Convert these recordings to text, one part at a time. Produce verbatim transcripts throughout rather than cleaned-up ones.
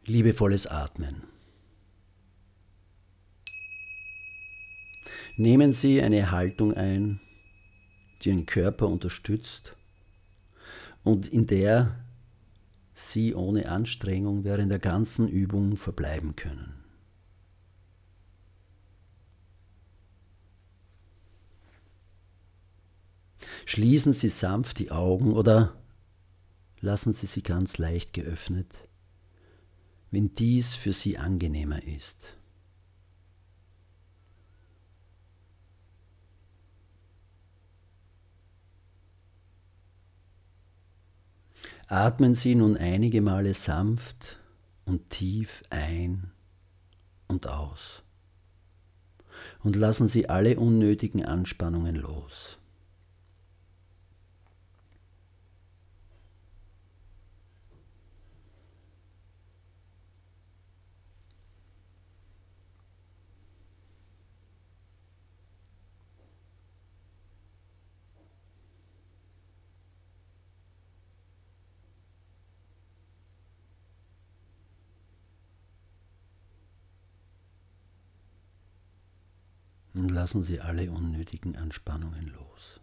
Liebevolles Atmen. Nehmen Sie eine Haltung ein, die Ihren Körper unterstützt und in der Sie ohne Anstrengung während der ganzen Übung verbleiben können. Schließen Sie sanft die Augen oder lassen Sie sie ganz leicht geöffnet, wenn dies für Sie angenehmer ist. Atmen Sie nun einige Male sanft und tief ein und aus und lassen Sie alle unnötigen Anspannungen los. Und lassen Sie alle unnötigen Anspannungen los.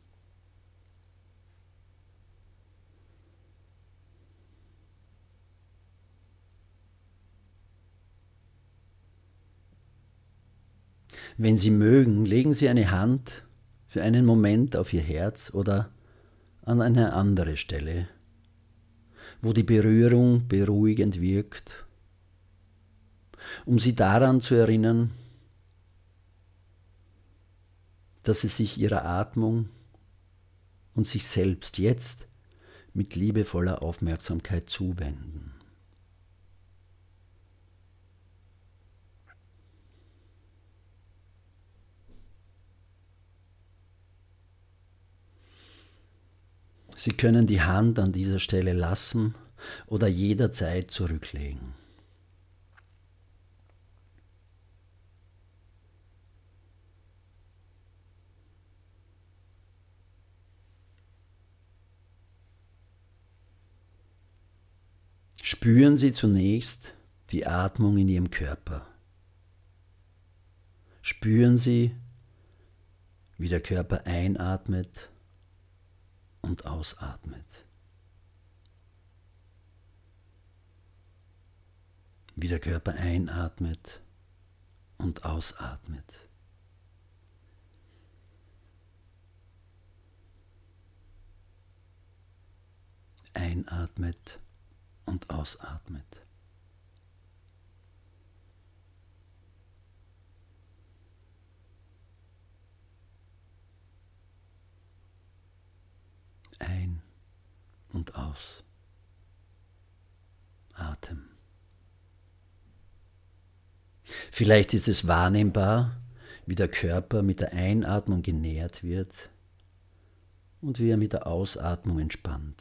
Wenn Sie mögen, legen Sie eine Hand für einen Moment auf Ihr Herz oder an eine andere Stelle, wo die Berührung beruhigend wirkt, um Sie daran zu erinnern, dass Sie sich Ihrer Atmung und sich selbst jetzt mit liebevoller Aufmerksamkeit zuwenden. Sie können die Hand an dieser Stelle lassen oder jederzeit zurücklegen. Spüren Sie zunächst die Atmung in Ihrem Körper. Spüren Sie, wie der Körper einatmet und ausatmet. Wie der Körper einatmet und ausatmet. Einatmet und ausatmet. Ein und aus. Atem. Vielleicht ist es wahrnehmbar, wie der Körper mit der Einatmung genährt wird und wie er mit der Ausatmung entspannt.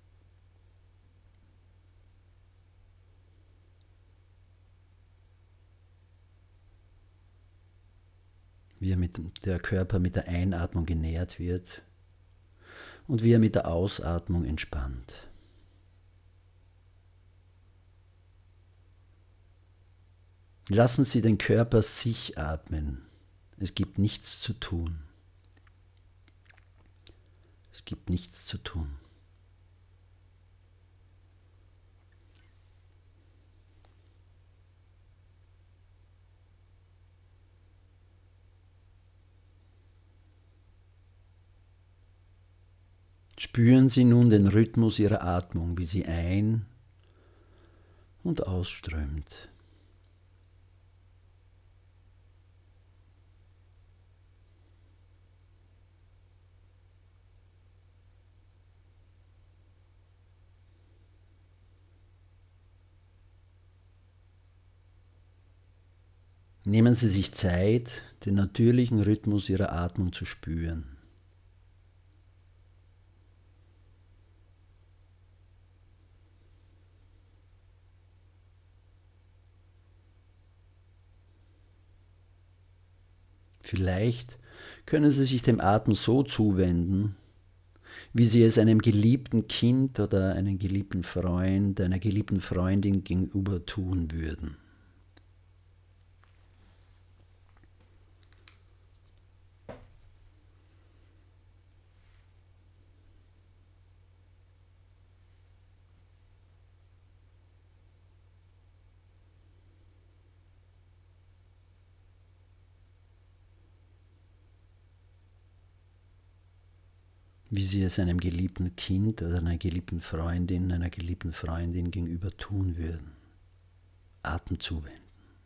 Wie er mit der Körper mit der Einatmung genährt wird und wie er mit der Ausatmung entspannt. Lassen Sie den Körper sich atmen. Es gibt nichts zu tun. Es gibt nichts zu tun. Spüren Sie nun den Rhythmus Ihrer Atmung, wie sie ein- und ausströmt. Nehmen Sie sich Zeit, den natürlichen Rhythmus Ihrer Atmung zu spüren. Vielleicht können Sie sich dem Atem so zuwenden, wie sie es einem geliebten Kind oder einem geliebten Freund, einer geliebten Freundin gegenüber tun würden. Wie sie es einem geliebten Kind oder einer geliebten Freundin, einer geliebten Freundin gegenüber tun würden. Atem zuwenden.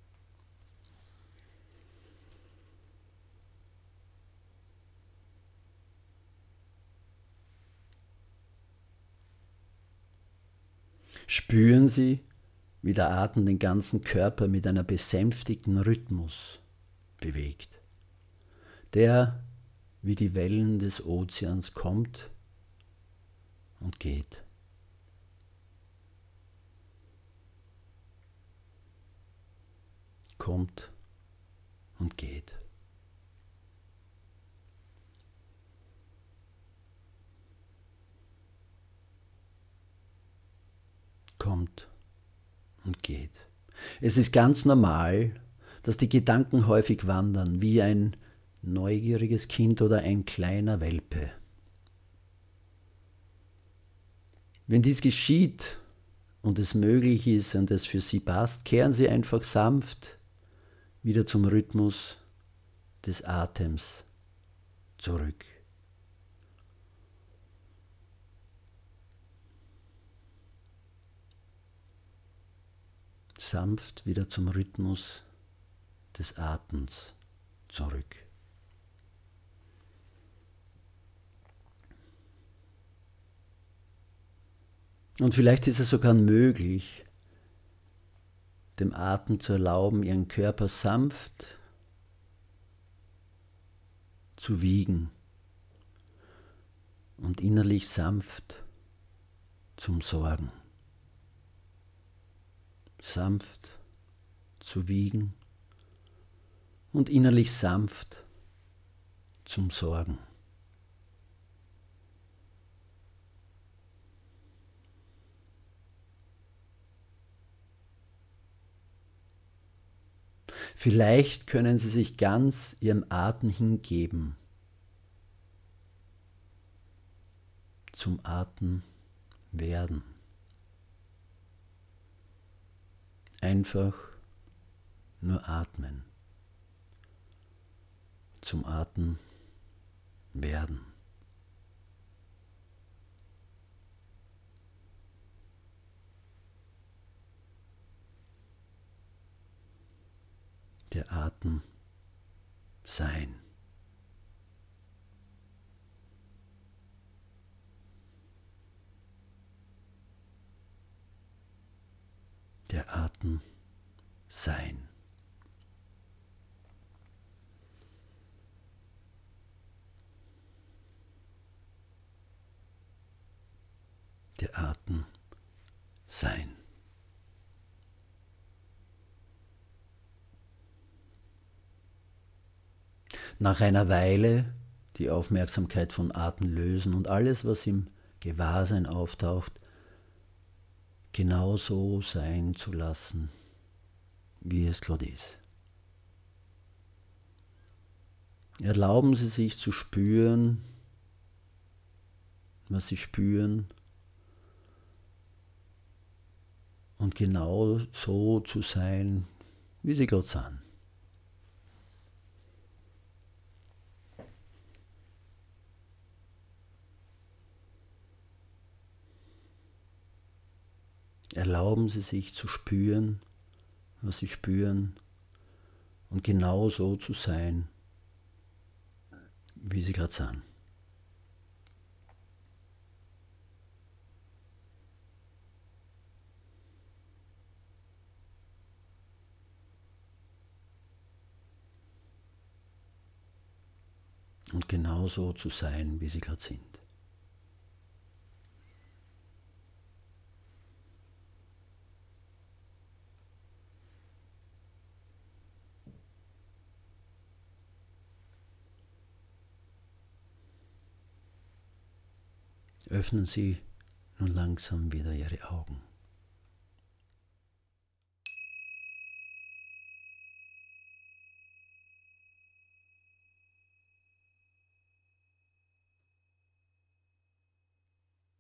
Spüren Sie, wie der Atem den ganzen Körper mit einer besänftigten Rhythmus bewegt, der wie die Wellen des Ozeans kommt und geht. Kommt und geht. Kommt und geht. Es ist ganz normal, dass die Gedanken häufig wandern, wie ein neugieriges Kind oder ein kleiner Welpe. Wenn dies geschieht und es möglich ist und es für Sie passt, kehren Sie einfach sanft wieder zum Rhythmus des Atems zurück. Sanft wieder zum Rhythmus des Atems zurück. Und vielleicht ist es sogar möglich, dem Atem zu erlauben, Ihren Körper sanft zu wiegen und innerlich sanft zum Sorgen. Sanft zu wiegen und innerlich sanft zum Sorgen. Vielleicht können Sie sich ganz Ihrem Atem hingeben, zum Atem werden. Einfach nur atmen, zum Atem werden. Der Atem sein. Der Atem sein. Der Atem sein. Nach einer Weile die Aufmerksamkeit von Atem lösen und alles, was im Gewahrsein auftaucht, genauso sein zu lassen, wie es gerade ist. Erlauben Sie sich zu spüren, was Sie spüren, und genau so zu sein, wie Sie gerade sind. Erlauben Sie sich zu spüren, was Sie spüren, und genau so zu sein, wie Sie gerade sind. Und genau so zu sein, wie Sie gerade sind. Öffnen Sie nun langsam wieder Ihre Augen.